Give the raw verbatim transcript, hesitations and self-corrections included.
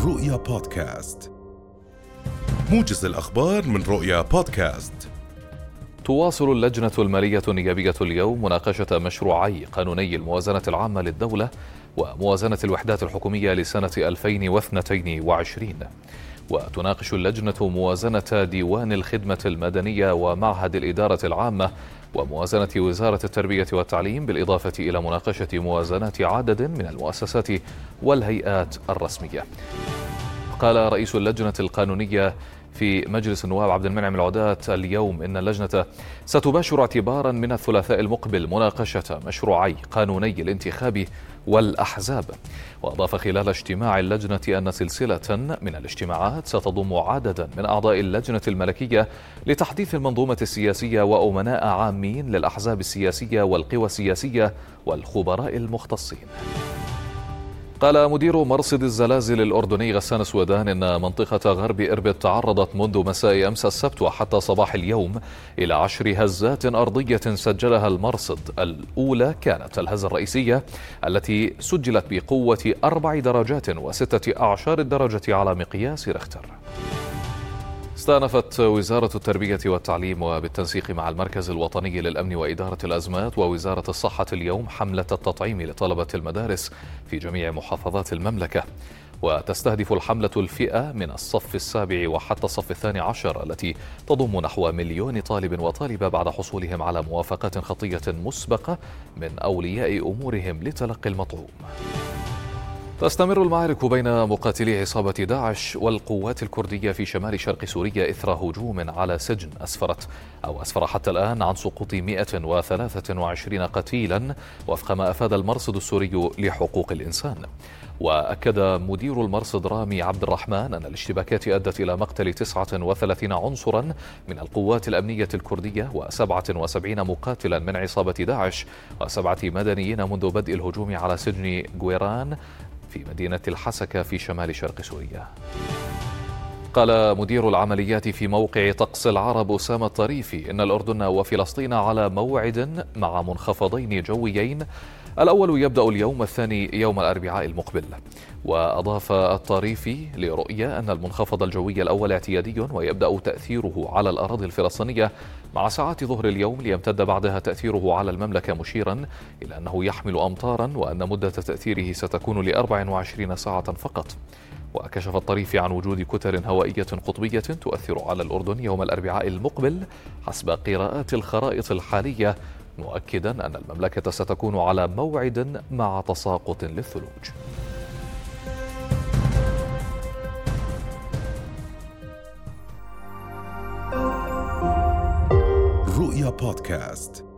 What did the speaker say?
رؤيا بودكاست، موجز الأخبار من رؤيا بودكاست. تواصل اللجنة المالية النيابية اليوم مناقشة مشروعي قانوني الموازنة العامة للدولة وموازنة الوحدات الحكومية لسنة ألفين واثنين وعشرين. وتناقش اللجنة موازنة ديوان الخدمة المدنية ومعهد الإدارة العامة وموازنة وزارة التربية والتعليم، بالإضافة إلى مناقشة موازنات عدد من المؤسسات والهيئات الرسمية. قال رئيس اللجنة القانونية في مجلس النواب عبد المنعم العدات اليوم إن اللجنة ستباشر اعتبارا من الثلاثاء المقبل مناقشة مشروعي قانوني الانتخاب والأحزاب. وأضاف خلال اجتماع اللجنة أن سلسلة من الاجتماعات ستضم عددا من أعضاء اللجنة الملكية لتحديث المنظومة السياسية وأمناء عامين للأحزاب السياسية والقوى السياسية والخبراء المختصين. قال مدير مرصد الزلازل الأردني غسان سويدان إن منطقة غرب إربد تعرضت منذ مساء أمس السبت وحتى صباح اليوم إلى عشر هزات أرضية سجلها المرصد. الأولى كانت الهزة الرئيسية التي سجلت بقوة أربع درجات وستة أعشار الدرجة على مقياس ريختر. استأنفت وزارة التربية والتعليم وبالتنسيق مع المركز الوطني للأمن وإدارة الأزمات ووزارة الصحة اليوم حملة التطعيم لطلبة المدارس في جميع محافظات المملكة. وتستهدف الحملة الفئة من الصف السابع وحتى الصف الثاني عشر التي تضم نحو مليون طالب وطالبة بعد حصولهم على موافقات خطية مسبقة من أولياء أمورهم لتلقي المطعوم. تستمر المعارك بين مقاتلي عصابة داعش والقوات الكردية في شمال شرق سوريا إثر هجوم على سجن أسفرت أو أسفر حتى الآن عن سقوط مئة وثلاثة وعشرين قتيلا وفق ما أفاد المرصد السوري لحقوق الإنسان. وأكد مدير المرصد رامي عبد الرحمن أن الاشتباكات أدت إلى مقتل تسعة وثلاثين عنصرا من القوات الأمنية الكردية وسبعة وسبعين مقاتلا من عصابة داعش وسبعة مدنيين منذ بدء الهجوم على سجن جويران في مدينة الحسكة في شمال شرق سوريا. قال مدير العمليات في موقع طقس العرب أسامة الطريفي إن الأردن وفلسطين على موعد مع منخفضين جويين، الأول يبدأ اليوم والثاني يوم الأربعاء المقبل. وأضاف الطريفي لرؤية أن المنخفض الجوي الأول اعتيادي ويبدأ تأثيره على الأراضي الفلسطينية مع ساعات ظهر اليوم ليمتد بعدها تأثيره على المملكة، مشيرا إلى أنه يحمل أمطارا وأن مدة تأثيره ستكون لأربع وعشرين ساعة فقط. وكشف الطريفي عن وجود كتل هوائية قطبية تؤثر على الأردن يوم الأربعاء المقبل حسب قراءات الخرائط الحالية، مؤكدا أن المملكة ستكون على موعد مع تساقط للثلوج. رؤيا بودكاست.